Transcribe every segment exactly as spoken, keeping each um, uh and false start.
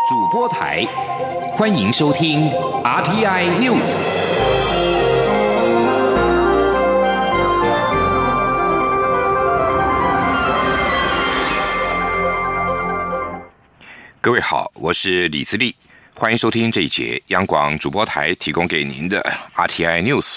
主播台，欢迎收听 R T I News。各位好，我是李自立，欢迎收听这一节央广主播台提供给您的 R T I News。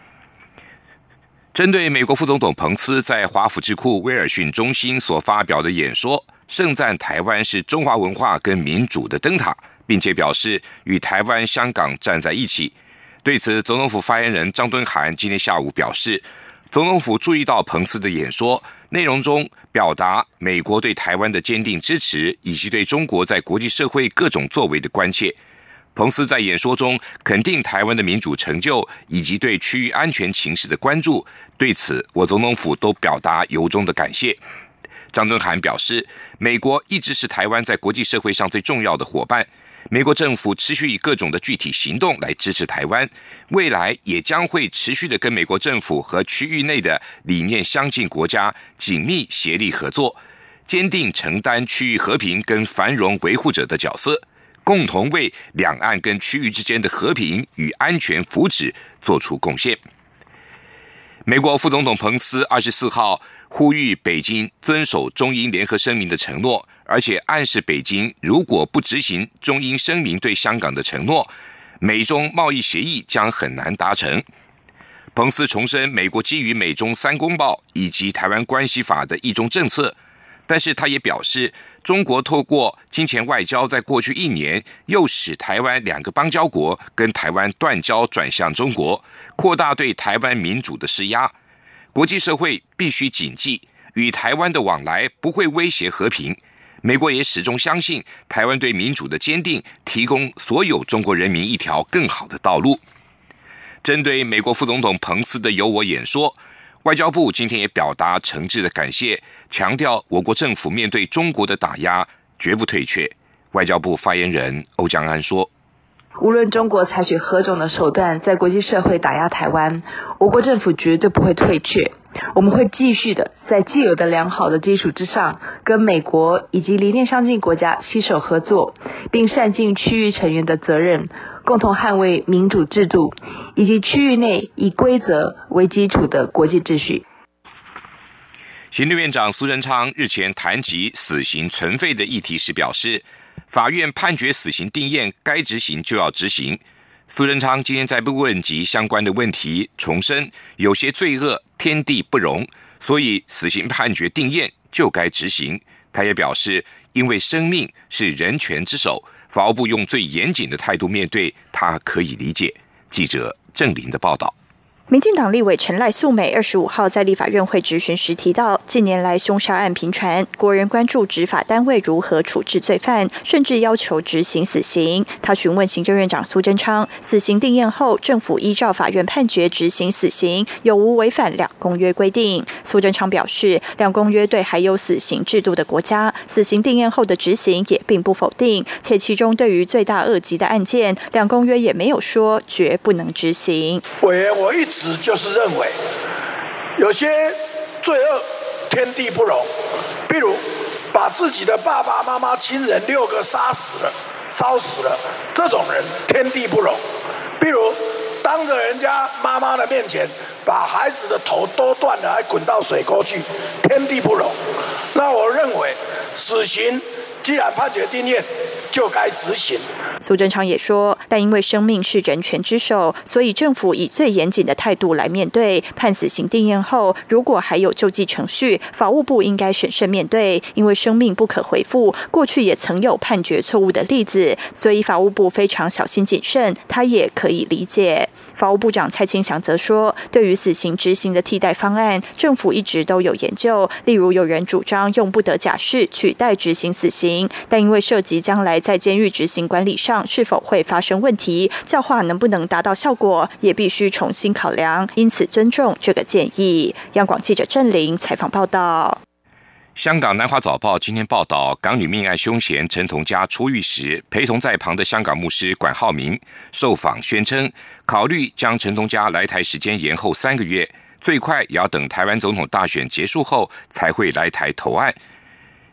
针对美国副总统彭斯在华府智库威尔逊中心所发表的演说，盛赞台湾是中华文化跟民主的灯塔，并且表示与台湾、香港站在一起。对此，总统府发言人张敦涵今天下午表示，总统府注意到彭斯的演说内容中表达美国对台湾的坚定支持，以及对中国在国际社会各种作为的关切。彭斯在演说中肯定台湾的民主成就，以及对区域安全情势的关注，对此我总统府都表达由衷的感谢。张敦涵表示，美国一直是台湾在国际社会上最重要的伙伴，美国政府持续以各种的具体行动来支持台湾，未来也将会持续的跟美国政府和区域内的理念相近国家紧密协力合作，坚定承担区域和平跟繁荣维护者的角色，共同为两岸跟区域之间的和平与安全福祉做出贡献。美国副总统彭斯二十四号呼吁北京遵守中英联合声明的承诺，而且暗示北京如果不执行中英声明对香港的承诺，美中贸易协议将很难达成。彭斯重申美国基于美中三公报以及台湾关系法的一中政策，但是他也表示，中国透过金钱外交在过去一年又使台湾两个邦交国跟台湾断交转向中国，扩大对台湾民主的施压。国际社会必须谨记，与台湾的往来不会威胁和平。美国也始终相信台湾对民主的坚定，提供所有中国人民一条更好的道路。针对美国副总统彭斯的由我演说，外交部今天也表达诚挚的感谢，强调我国政府面对中国的打压绝不退却。外交部发言人欧江安说， 无论中国采取何种的手段在国际社会打压台湾，我国政府绝对不会退却，我们会继续的在既有的良好的基础之上，跟美国以及理念相近国家携手合作，并善尽区域成员的责任，共同捍卫民主制度以及区域内以规则为基础的国际秩序。 行政院长苏贞昌日前谈及死刑存废的议题时表示，法院判决死刑定谳，该执行就要执行。苏贞昌今天在被问及相关的问题，重申有些罪恶天地不容，所以死刑判决定谳就该执行。他也表示，因为生命是人权之首，法务部用最严谨的态度面对，他可以理解。记者郑林的报道。 民进党立委陈赖素美二十五号在立法院会质询时提到，近年来凶杀案频传，国人关注执法单位如何处置罪犯，甚至要求执行死刑。他询问行政院长苏贞昌，死刑定谳后，政府依照法院判决执行死刑，有无违反两公约规定？苏贞昌表示，两公约对还有死刑制度的国家，死刑定谳后的执行也并不否定，且其中对于罪大恶极的案件，两公约也没有说绝不能执行。 委员，我一直就是认为，有些罪恶天地不容，譬如把自己的爸爸妈妈亲人六个杀死了、烧死了，这种人天地不容；譬如当着人家妈妈的面前把孩子的头都断了，还滚到水沟去，天地不容。那我认为，死刑既然判决定谳，就该执行。 苏贞昌也说，但因为生命是人权之首，所以政府以最严谨的态度来面对。判死刑定谳后，如果还有救济程序，法务部应该审慎面对，因为生命不可回复，过去也曾有判决错误的例子，所以法务部非常小心谨慎，他也可以理解。法务部长蔡清祥则说，对于死刑执行的替代方案，政府一直都有研究，例如有人主张用不得假释取代执行死刑，但因为涉及将来在监狱执行管理上是否会发生问题，教化能不能达到效果，也必须重新考量，因此尊重这个建议。央广记者郑玲采访报道。 香港南华早报今天报道，港女命案凶嫌陈同佳出狱时，陪同在旁的香港牧师管浩明受访宣称，考虑将陈同佳来台时间延后三个月，最快也要等台湾总统大选结束后才会来台投案。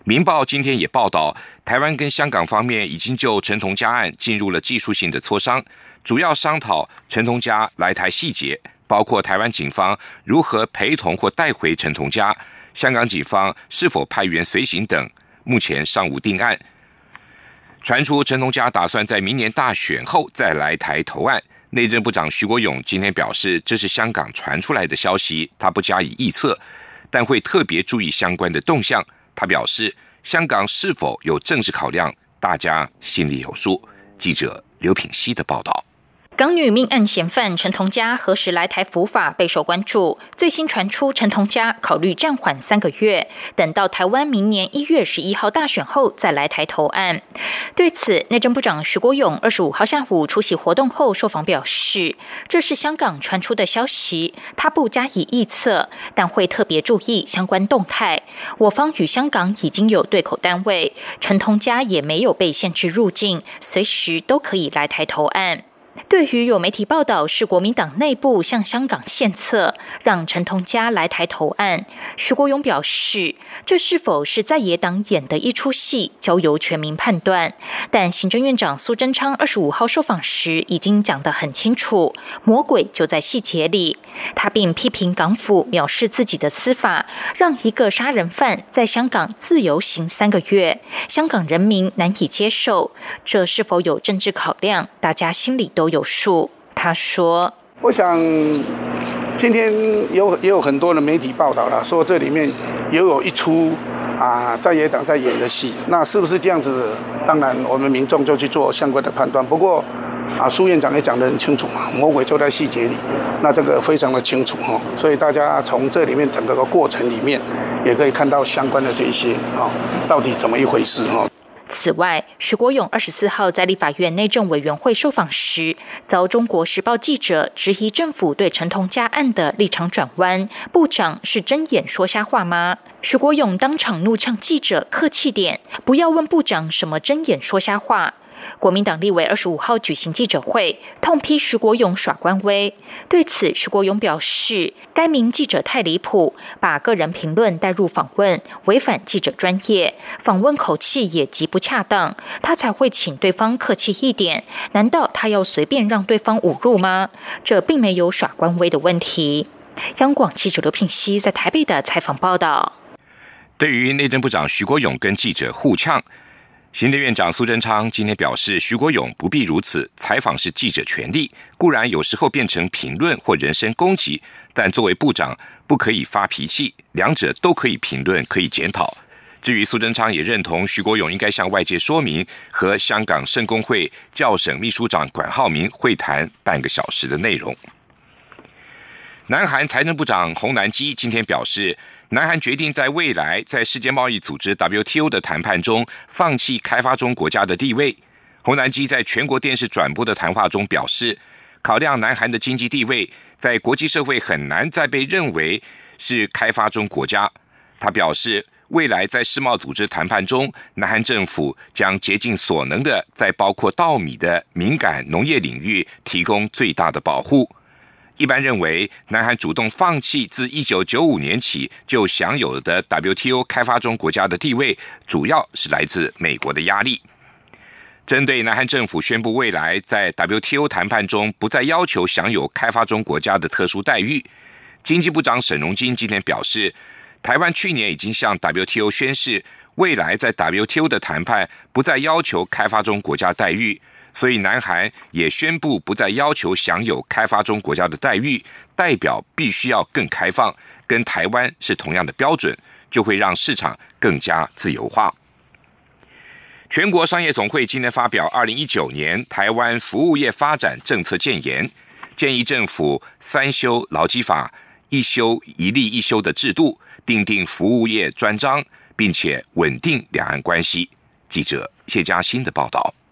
民报今天也报道，台湾跟香港方面已经就陈同佳案进入了技术性的磋商，主要商讨陈同佳来台细节，包括台湾警方如何陪同或带回陈同佳，香港警方是否派员随行等，目前尚无定案。传出陈同佳打算在明年大选后再来台投案，内政部长徐国勇今天表示，这是香港传出来的消息，他不加以臆测，但会特别注意相关的动向。他表示，香港是否有政治考量，大家心里有数。记者刘品希的报道。 港女命案嫌犯陈同佳何时来台伏法备受关注。最新传出，陈同佳考虑暂缓三个月，等到台湾明年一月十一号大选后再来台投案。对此，内政部长徐国勇二十五号下午出席活动后受访表示，这是香港传出的消息，他不加以臆测，但会特别注意相关动态。我方与香港已经有对口单位，陈同佳也没有被限制入境，随时都可以来台投案。对于有媒体报道是国民党内部向香港献策，让陈同佳来台投案，徐国勇表示，这是否是在野党演的一出戏，交由全民判断。但行政院长苏贞昌二十五号受访时已经讲得很清楚，魔鬼就在细节里。他并批评港府藐视自己的司法，让一个杀人犯在香港自由行三个月，香港人民难以接受。这是否有政治考量，大家心里都有数。他说， 我想今天有也有很多的媒体报道了，说这里面也有一出啊在野党在演的戏，那是不是这样子？当然我们民众就去做相关的判断。不过啊，苏院长也讲得很清楚嘛，魔鬼就在细节里，那这个非常的清楚哈，所以大家从这里面整个过程里面也可以看到相关的这些啊，到底怎么一回事哈。 此外，徐国勇二十四号在立法院内政委员会受访时，遭中国时报记者质疑政府对陈同佳案的立场转弯，部长是睁眼说瞎话吗？徐国勇当场怒呛记者客气点，不要问部长什么睁眼说瞎话。国民党立委二十五号举行记者会，痛批徐国勇耍官威。对此，徐国勇表示，该名记者太离谱，把个人评论带入访问，违反记者专业，访问口气也极不恰当，他才会请对方客气一点。难道他要随便让对方侮辱吗？这并没有耍官威的问题。央广记者刘品希在台北的采访报道。 对于内政部长徐国勇跟记者互呛，行政院长苏贞昌今天表示，徐国勇不必如此，采访是记者权利，固然有时候变成评论或人身攻击，但作为部长不可以发脾气，两者都可以评论，可以检讨。至于苏贞昌也认同徐国勇应该向外界说明和香港圣公会教省秘书长管浩明会谈半个小时的内容。南韩财政部长洪南基今天表示，南韩决定在未来在世界贸易组织 W T O 的谈判中放弃开发中国家的地位。洪南基在全国电视转播的谈话中表示，考量南韩的经济地位，在国际社会很难再被认为是开发中国家。他表示，未来在世贸组织谈判中，南韩政府将竭尽所能的在包括稻米的敏感农业领域提供最大的保护。一般认为，南韩主动放弃自一九九五年起就享有的 W T O 开发中国家的地位，主要是来自美国的压力。针对南韩政府宣布未来在 W T O 谈判中不再要求享有开发中国家的特殊待遇，经济部长沈荣津今天表示，台湾去年已经向 W T O 宣示，未来在 W T O 的谈判不再要求开发中国家待遇，所以南韩也宣布不再要求享有开发中国家的待遇，代表必须要更开放，跟台湾是同样的标准，就会让市场更加自由化。全国商业总会今天发表二零一九年台湾服务业发展政策建言，建议政府三修劳基法，一修一例一修的制度，订定服务业专章，并且稳定两岸关系。记者谢嘉欣的报道。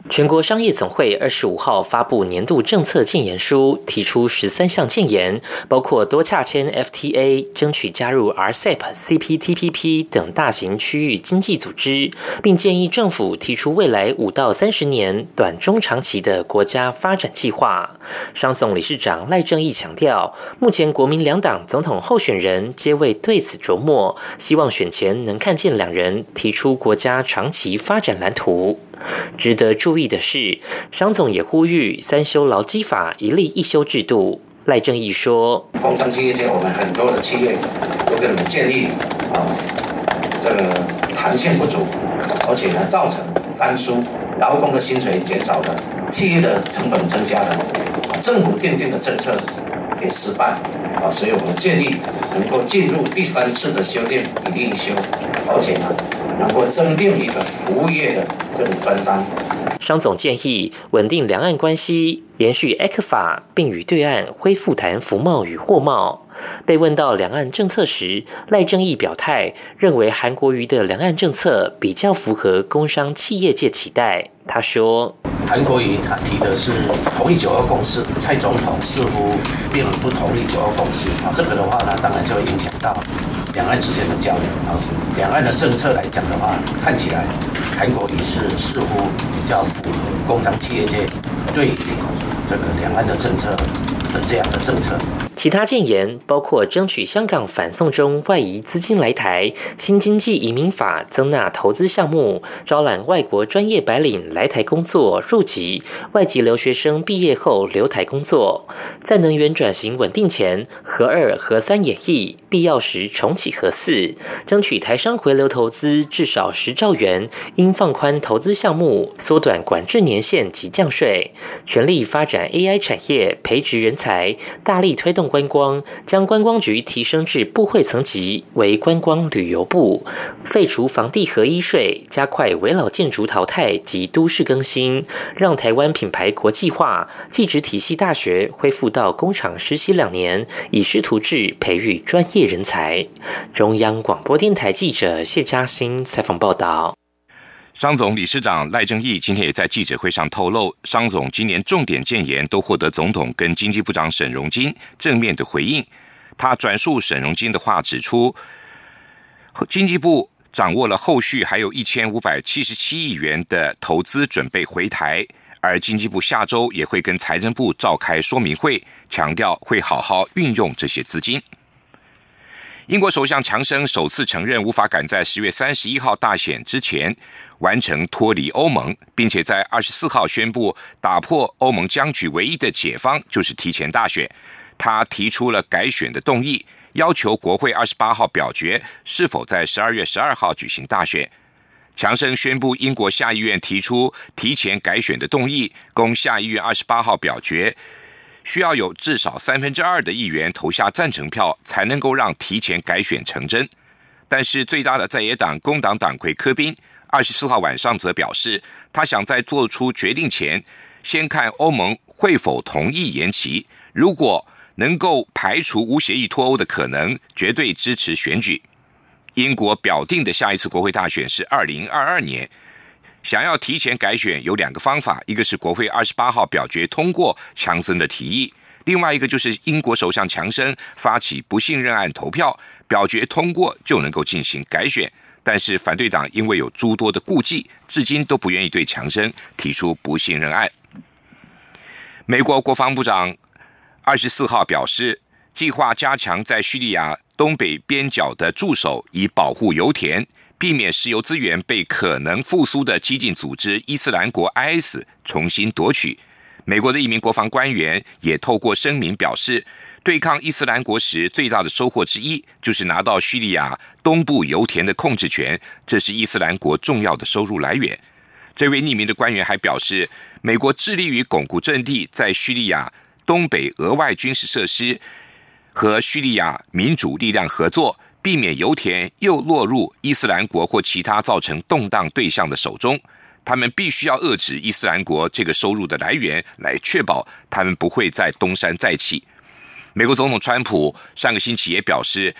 全国商业总会二十五号发布年度政策建言书，提出十三项建言，包括多洽签 F T A、争取加入 R C E P、C P T P P 等大型区域经济组织，并建议政府提出未来五到三十年短中长期的国家发展计划。商总理事长赖正鎰强调，目前国民两党总统候选人皆未对此琢磨，希望选前能看见两人提出国家长期发展蓝图。值得注意的是，商总也呼吁三修劳基法一例一休制度。赖正鎰说：“ 工商企业界，我们很多的企业都跟你们建议啊，这个弹性不足，而且呢造成三输，劳工的薪水减少了，企业的成本增加了，啊，政府订定的政策也失败啊，所以我们建议能够进入第三次的修订一例一休，而且呢能够增订一个服务业的这个专章。” 商总建议稳定两岸关系，延续 E C F A， 并与对岸恢复谈服贸与货贸。被问到两岸政策时，赖正鎰表态认为韩国瑜的两岸政策比较符合工商企业界期待。他说：“ 韩国瑜他提的是同意九二共识，蔡总统似乎并不同意九二共识啊，这个的话呢，当然就会影响到两岸之间的交流啊。两岸的政策来讲的话，看起来韩国瑜是似乎比较符合工商企业界对这个两岸的政策的这样的政策。” 其他建言包括争取香港反送中外移资金来台、新经济移民法增纳投资项目、招揽外国专业白领来台工作入籍、外籍留学生毕业后留台工作，在能源转型稳定前，核二、核三演绎，必要时重启核四，争取台商回流投资至少十兆元，应放宽投资项目，缩短管制年限及降税，全力发展 A I 产业，培植人才，大力推动观光，将观光局提升至部会层级为观光旅游部，废除房地合一税，加快危老建筑淘汰及都市更新，让台湾品牌国际化，技职体系大学恢复到工厂实习两年，以师徒制培育专业人才。中央广播电台记者谢嘉欣采访报道。 商总理事长赖正鎰今天也在记者会上透露，商总今年重点建言都获得总统跟经济部长沈荣津正面的回应。他转述沈荣津的话指出，经济部掌握了后续还有一千五百七十七亿元的投资准备回台，而经济部下周也会跟财政部召开说明会，强调会好好运用这些资金。英国首相强生首次承认无法赶在十月三十一号大选之前完成脱离欧盟，并且在二十四号宣布打破欧盟僵局唯一的解方就是提前大选。他提出了改选的动议，要求国会二十八号表决是否在十二月十二号举行大选。强生宣布英国下议院提出提前改选的动议，供下议院二十八号表决，需要有至少三分之二的议员投下赞成票，才能够让提前改选成真。但是最大的在野党工党党魁柯宾二十四号晚上则表示，他想在做出决定前，先看欧盟会否同意延期。如果能够排除无协议脱欧的可能，绝对支持选举。英国表定的下一次国会大选是二零二二年。想要提前改选有两个方法，一个是国会二十八号表决通过强森的提议，另外一个就是英国首相强生发起不信任案投票，表决通过就能够进行改选。但是反对党因为有诸多的顾忌，至今都不愿意对强生提出不信任案。美国国防部长二十四号表示，计划加强在叙利亚东北边角的驻守，以保护油田，避免石油资源被可能复苏的激进组织伊斯兰国 I S 重新夺取。美国的一名国防官员也透过声明表示，对抗伊斯兰国时最大的收获之一就是拿到叙利亚东部油田的控制权，这是伊斯兰国重要的收入来源。这位匿名的官员还表示，美国致力于巩固阵地在叙利亚东北额外军事设施，和叙利亚民主力量合作，避免油田又落入伊斯兰国或其他造成动荡对象的手中。他们必须要遏制伊斯兰国这个收入的来源，来确保他们不会再东山再起。美国总统川普上个星期也表示，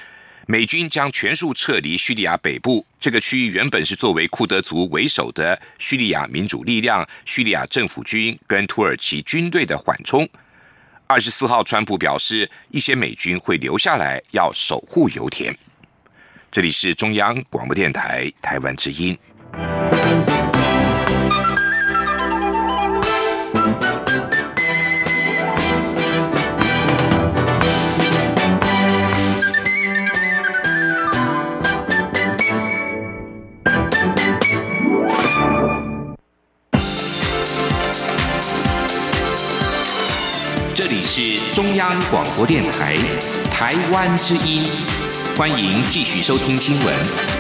美军将全数撤离叙利亚北部。这个区域原本是作为库德族为首的叙利亚民主力量、叙利亚政府军跟土耳其军队的缓冲。二十四号，川普表示，一些美军会留下来，要守护油田。这里是中央广播电台台湾之音。这里是中央广播电台台湾之音，欢迎继续收听新闻。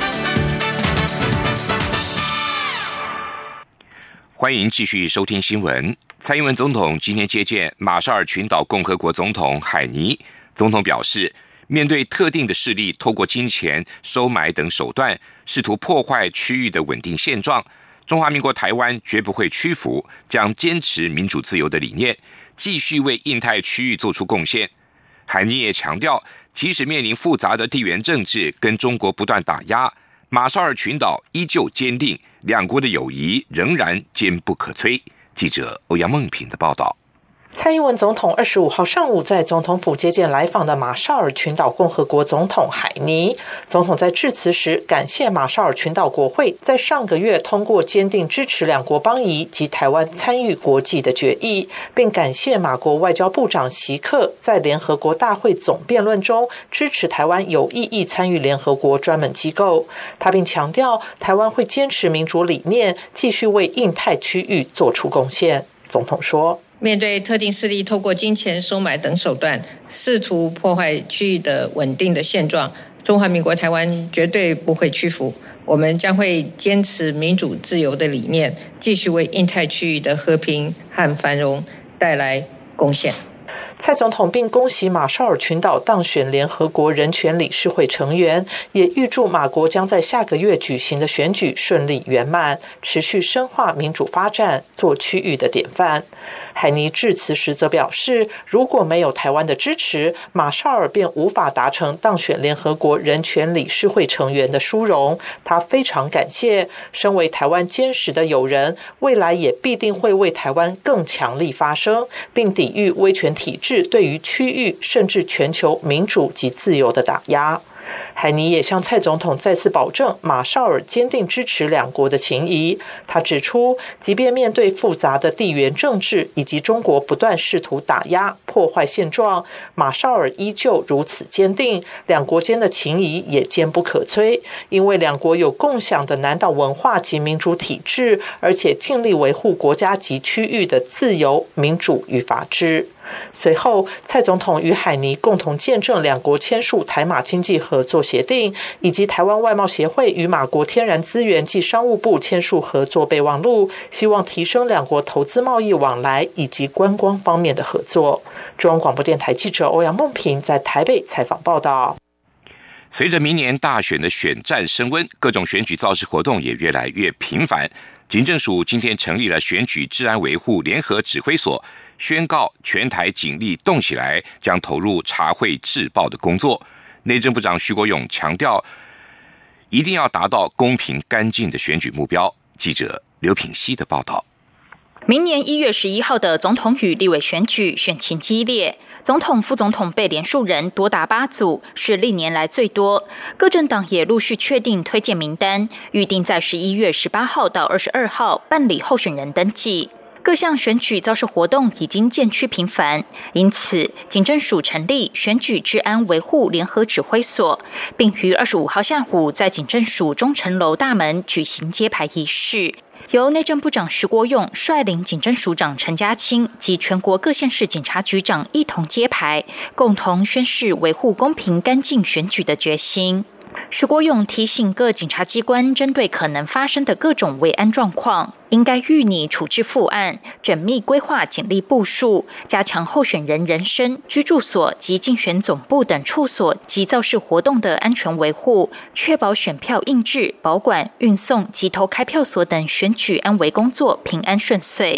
欢迎继续收听新闻。蔡英文总统今天接见马绍尔群岛共和国总统海尼。总统表示，面对特定的势力透过金钱、收买等手段试图破坏区域的稳定现状，中华民国台湾绝不会屈服，将坚持民主自由的理念，继续为印太区域做出贡献。海尼也强调，即使面临复杂的地缘政治跟中国不断打压，马绍尔群岛依旧坚定，两国的友谊仍然坚不可摧。记者欧阳梦平的报道。 蔡英文总统二十五号上午在总统府接见来访的马绍尔群岛共和国总统海尼。总统在致辞时感谢马绍尔群岛国会在上个月通过坚定支持两国邦谊及台湾参与国际的决议，并感谢马国外交部长席克在联合国大会总辩论中支持台湾有意义参与联合国专门机构。他并强调，台湾会坚持民主理念，继续为印太区域做出贡献。总统说， 面对特定势力透过金钱、收买等手段试图破坏区域的稳定的现状，中华民国台湾绝对不会屈服，我们将会坚持民主自由的理念，继续为印太区域的和平和繁荣带来贡献。 蔡总统并恭喜马绍尔群岛当选联合国人权理事会成员，也预祝马国将在下个月举行的选举顺利圆满，持续深化民主发展，做区域的典范。海尼致辞时则表示，如果没有台湾的支持，马绍尔便无法达成当选联合国人权理事会成员的殊荣。他非常感谢，身为台湾坚实的友人，未来也必定会为台湾更强力发声，并抵御威权体制对于区域甚至全球民主及自由的打压。海尼也向蔡总统再次保证马绍尔坚定支持两国的情谊。他指出，即便面对复杂的地缘政治以及中国不断试图打压破坏现状，马绍尔依旧如此坚定，两国间的情谊也坚不可摧，因为两国有共享的南岛文化及民主体制，而且尽力维护国家及区域的自由、民主与法治。随后，蔡总统与海尼共同见证两国签署台马经济合作协定，以及台湾外贸协会与马国天然资源及商务部签署合作备忘录，希望提升两国投资贸易往来以及观光方面的合作。中央广播电台记者欧阳梦平在台北采访报道。 随着明年大选的选战升温，各种选举造势活动也越来越频繁。警政署今天成立了选举治安维护联合指挥所，宣告全台警力动起来，将投入查汇治暴的工作。内政部长徐国勇强调，一定要达到公平干净的选举目标。记者刘品希的报道。 明年一月十一号的总统与立委选举选情激烈，总统、副总统被连署人多达八组，是历年来最多。各政党也陆续确定推荐名单，预定在十一月十八号到二十二号办理候选人登记。各项选举造势活动已经渐趋频繁，因此警政署成立选举治安维护联合指挥所，并于二十五号下午在警政署中城楼大门举行揭牌仪式。由内政部长徐国勇率领警政署长陈家清及全国各县市警察局长一同揭牌，共同宣示维护公平干净选举的决心。徐国勇提醒各警察机关，针对可能发生的各种危安状况，应该预拟处置副案，缜密规划警力部署，加强候选人人身、居住所及竞选总部等处所及造势活动的安全维护，确保选票印制、保管、运送及投开票所等选举安维工作平安顺遂。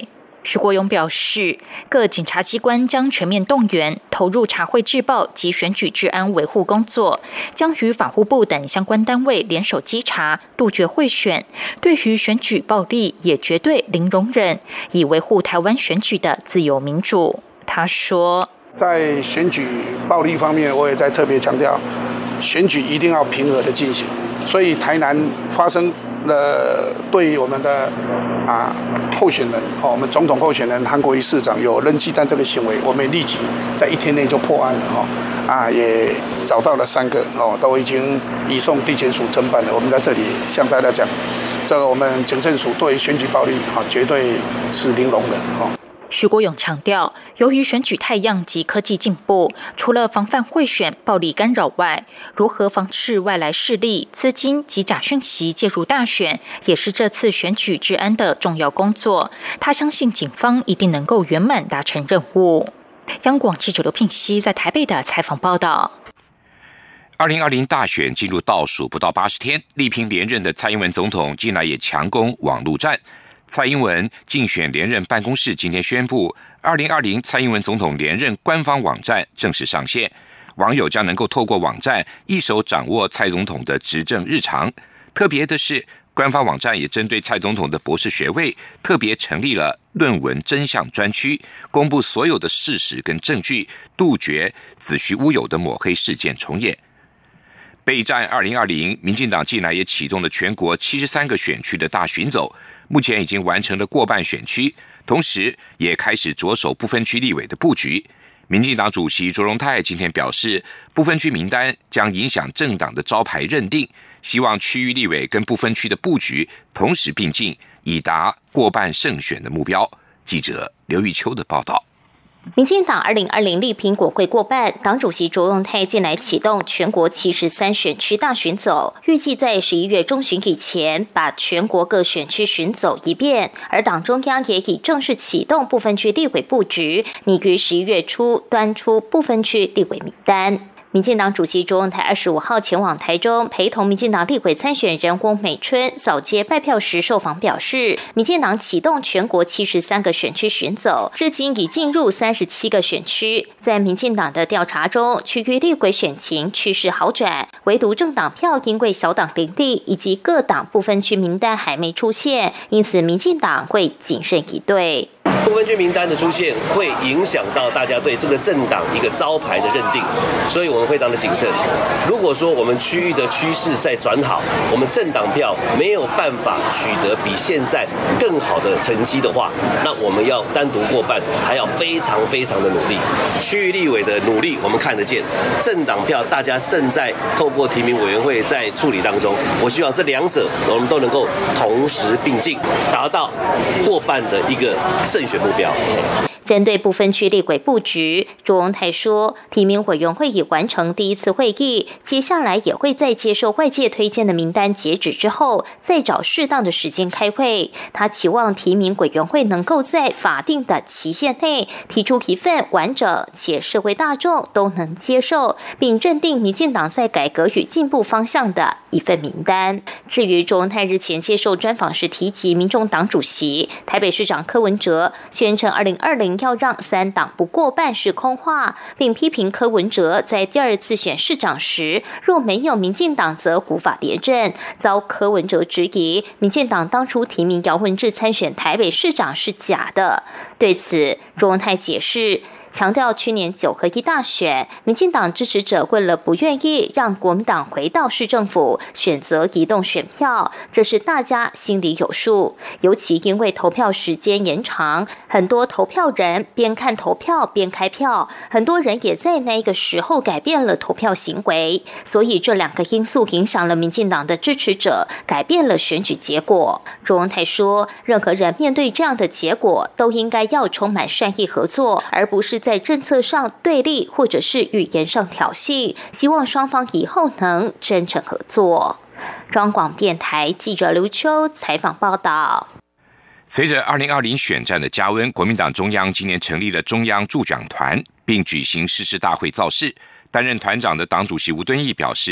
徐国勇表示，各检察机关将全面动员，投入查汇治暴及选举治安维护工作，将与法务部等相关单位联手稽查，杜绝贿选。对于选举暴力，也绝对零容忍，以维护台湾选举的自由民主。他说， 在选举暴力方面，我也在特别强调，选举一定要平和的进行。所以台南发生了对于我们的啊候选人哦，我们总统候选人韩国瑜市长有扔鸡蛋这个行为，我们立即在一天内就破案了哈、哦、啊，也找到了三个哦，都已经移送地检署侦办了。我们在这里向大家讲，这个我们警政署对选举暴力啊、哦，绝对是零容忍哈。哦徐国勇强调，由于选举太样及科技进步，除了防范贿选、暴力干扰外，如何防治外来势力、资金及假讯息介入大选，也是这次选举治安的重要工作。他相信警方一定能够圆满达成任务。央广记者刘聘熙在台北的采访报道。 二零二零大选进入倒数不到八十天，力拼连任的蔡英文总统近来也强攻网路战。蔡英文竞选连任办公室今天宣布，二零二零蔡英文总统连任官方网站正式上线，网友将能够透过网站一手掌握蔡总统的执政日常。特别的是，官方网站也针对蔡总统的博士学位，特别成立了论文真相专区，公布所有的事实跟证据，杜绝子虚乌有的抹黑事件重演。备战二零二零，民进党近来也启动了全国七十三个选区的大巡走，目前已经完成了过半选区，同时也开始着手不分区立委的布局。民进党主席卓荣泰今天表示，不分区名单将影响政党的招牌认定，希望区域立委跟不分区的布局同时并进，以达过半胜选的目标。记者刘玉秋的报道。 民进党二零二零力拼国会过半，党主席卓荣泰近来启动全国七十三选区大巡走，预计在十一月中旬以前把全国各选区巡走一遍。而党中央也已正式启动不分区立委布局，拟于十一月初端出不分区立委名单。民进党主席卓荣泰二十五号前往台中，陪同民进党立委参选人翁美春扫街拜票时受访表示，民进党启动全国七十三个选区巡走，至今已进入三十七个选区。在民进党的调查中，区域立委选情趋势好转，唯独政党票因为小党林立以及各党不分区名单还没出现，因此民进党会谨慎以对。 不分区名单的出现会影响到大家对这个政党一个招牌的认定，所以我们非常的谨慎。如果说我们区域的趋势在转好，我们政党票没有办法取得比现在更好的成绩的话，那我们要单独过半，还要非常非常的努力。区域立委的努力我们看得见，政党票大家正在透过提名委员会在处理当中。我希望这两者我们都能够同时并进，达到过半的一个胜选目标。 针对不分区立委布局，卓荣泰说，提名委员会已完成第一次会议，接下来也会在接受外界推荐的名单截止之后，再找适当的时间开会。他期望提名委员会能够在法定的期限内提出一份完整且社会大众都能接受，并认定民进党在改革与进步方向的一份名单。至于卓荣泰日前接受专访时提及，民众党主席台北市长柯文哲宣称二零二零要让三党不过半是空话，并批评柯文哲在第二次选市长时，若没有民进党则无法连任，遭柯文哲质疑民进党当初提名姚文智参选台北市长是假的。对此，卓荣泰解释，强调去年九合一大选，民进党支持者为了不愿意让国民党回到市政府，选择移动选票，这是大家心里有数。尤其因为投票时间延长，很多投票人边看投票边开票，很多人也在那个时候改变了投票行为，所以这两个因素影响了民进党的支持者，改变了选举结果。卓荣泰说，任何人面对这样的结果，都应该要充满善意合作，而不是在政策上对立或者是语言上挑衅，希望双方以后能真诚合作。中央广播电台记者刘秋采访报道。 随着二零二零选战的加温，国民党中央今年成立了中央助讲团，并举行誓师大会造势。担任团长的党主席吴敦义表示，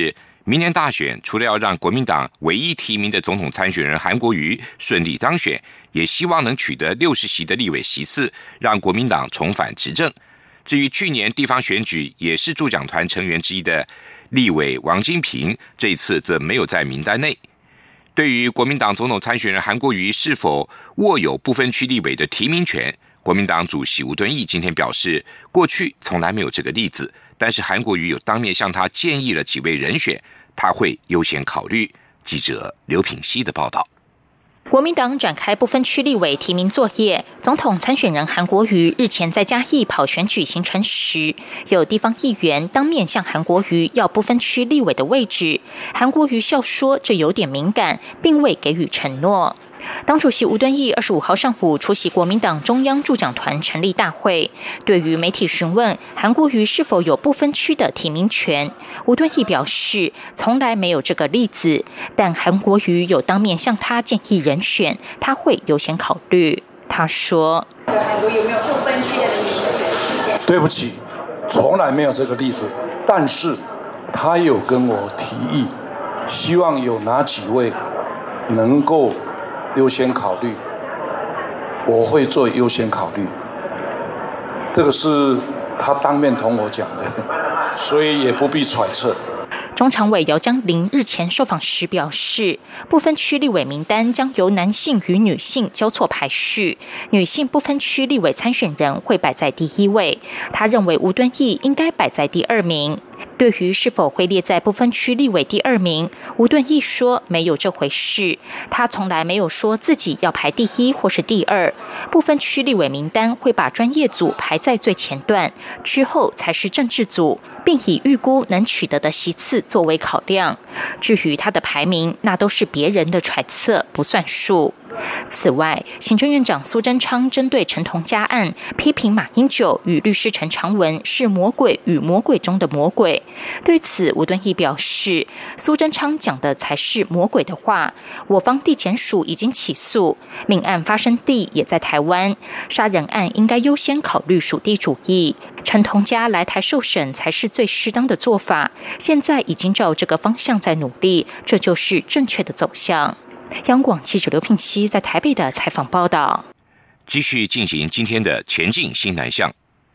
明年大选除了要让国民党唯一提名的总统参选人韩国瑜顺利当选，也希望能取得六十席的立委席次，让国民党重返执政。至于去年地方选举也是助讲团成员之一的立委王金平，这一次则没有在名单内。对于国民党总统参选人韩国瑜是否握有不分区立委的提名权，国民党主席吴敦义今天表示，过去从来没有这个例子，但是韩国瑜有当面向他建议了几位人选，他会优先考虑。记者刘品希的报道。 国民党展开不分区立委提名作业，总统参选人韩国瑜日前在嘉义跑选举行程时，有地方议员当面向韩国瑜要不分区立委的位置，韩国瑜笑说这有点敏感，并未给予承诺。党主席吴敦义二十五号上午出席国民党中央助讲团成立大会，对于媒体询问韩国瑜是否有不分区的提名权，吴敦义表示从来没有这个例子，但韩国瑜有当面向他建议人选，他会优先考虑。他说：“韩国瑜有没有不分区的提名权？” 对不起，从来没有这个例子，但是他有跟我提议，希望有哪几位能够优先考虑，我会做优先考虑。这个是他当面同我讲的，所以也不必揣测。 中常委姚江林日前受访时表示，不分区立委名单将由男性与女性交错排序，女性不分区立委参选人会摆在第一位，他认为吴敦义应该摆在第二名。对于是否会列在不分区立委第二名，吴敦义说没有这回事，他从来没有说自己要排第一或是第二，不分区立委名单会把专业组排在最前段，之后才是政治组，并以预估能取得的席次作为考量。至于他的排名，那都是别人的揣测，不算数。此外，行政院长苏贞昌针对陈同佳案批评马英九与律师陈长文是魔鬼与魔鬼中的魔鬼。对此，吴敦义表示，苏贞昌讲的才是魔鬼的话。我方地检署已经起诉，命案发生地也在台湾，杀人案应该优先考虑属地主义。陈同佳来台受审才是最适当的做法，现在已经照这个方向在努力，这就是正确的走向。央广记者刘聘熙在台北的采访报道。 继续进行今天的前进新南向。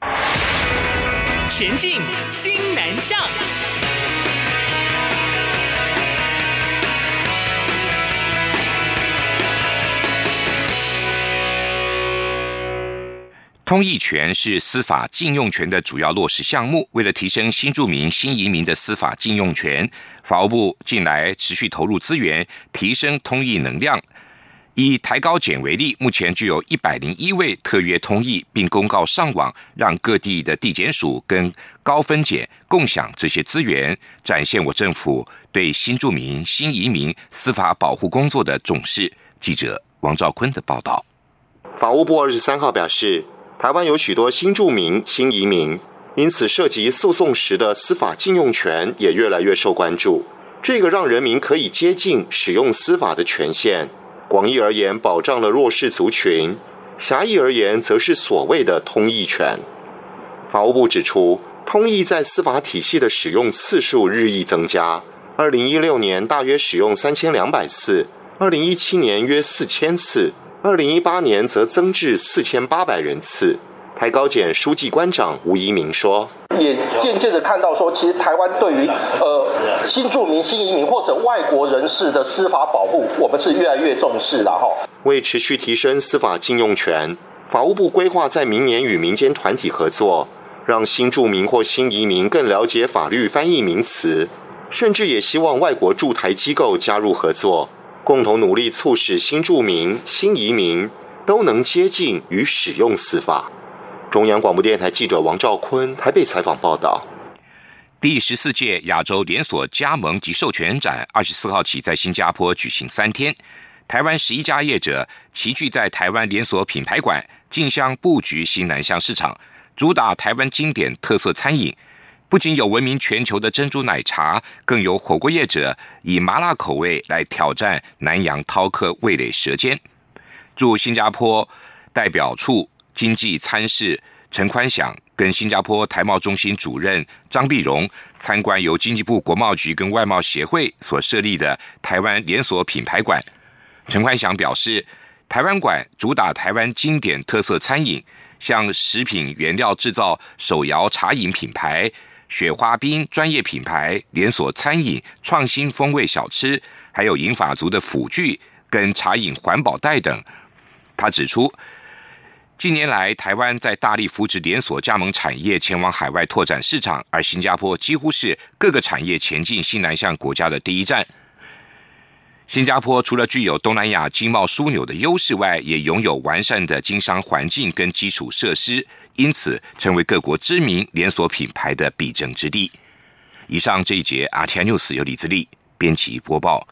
前进新南向。 通译权是司法禁用权的主要落实项目。为了提升新住民、新移民的司法禁用权，法务部近来持续投入资源，提升通译能量。以台高检为例，目前具有一百零一位特约通译，并公告上网，让各地的地检署跟高分检共享这些资源，展现我政府对新住民、新移民司法保护工作的重视。记者王兆坤的报道。 法务部二十三号表示，台湾有许多新住民、新移民，因此涉及诉讼时的司法禁用权也越来越受关注。这个让人民可以接近使用司法的权限，广义而言保障了弱势族群，狭义而言则是所谓的通译权。法务部指出，通译在司法体系的使用次数日益增加，二零一六年大约使用三千两百次，二零一七年约四千次，二零一八年则增至四千八百人次。台高检书记官长吴怡明说， 也渐渐的看到说，其实台湾对于呃新住民、新移民或者外国人士的司法保护，我们是越来越重视了哈。 为持续提升司法禁用权，法务部规划在明年与民间团体合作，让新住民或新移民更了解法律翻译名词，甚至也希望外国驻台机构加入合作，共同努力促使新住民、新移民都能接近与使用司法。中央广播电台记者王兆坤台北采访报道。 第十四届亚洲连锁加盟及授权展二十四号起在新加坡举行三天，台湾十一家业者齐聚在台湾连锁品牌馆，竞相布局新南向市场，主打台湾经典特色餐饮。不仅有闻名全球的珍珠奶茶，更有火锅业者以麻辣口味来挑战南洋饕客味蕾舌尖。驻新加坡代表处经济参事陈宽享跟新加坡台贸中心主任张碧荣参观由经济部国贸局跟外贸协会所设立的台湾连锁品牌馆。陈宽享表示，台湾馆主打台湾经典特色餐饮，像食品原料制造手摇茶饮品牌、雪花冰专业品牌、连锁餐饮、创新风味小吃，还有银发族的辅具跟茶饮环保袋等。他指出，近年来台湾在大力扶持连锁加盟产业前往海外拓展市场，而新加坡几乎是各个产业前进新南向国家的第一站。新加坡除了具有东南亚经贸枢纽的优势外，也拥有完善的经商环境跟基础设施，因此成为各国知名连锁品牌的必争之地。以上这一节 R T I News 由李自力编辑播报。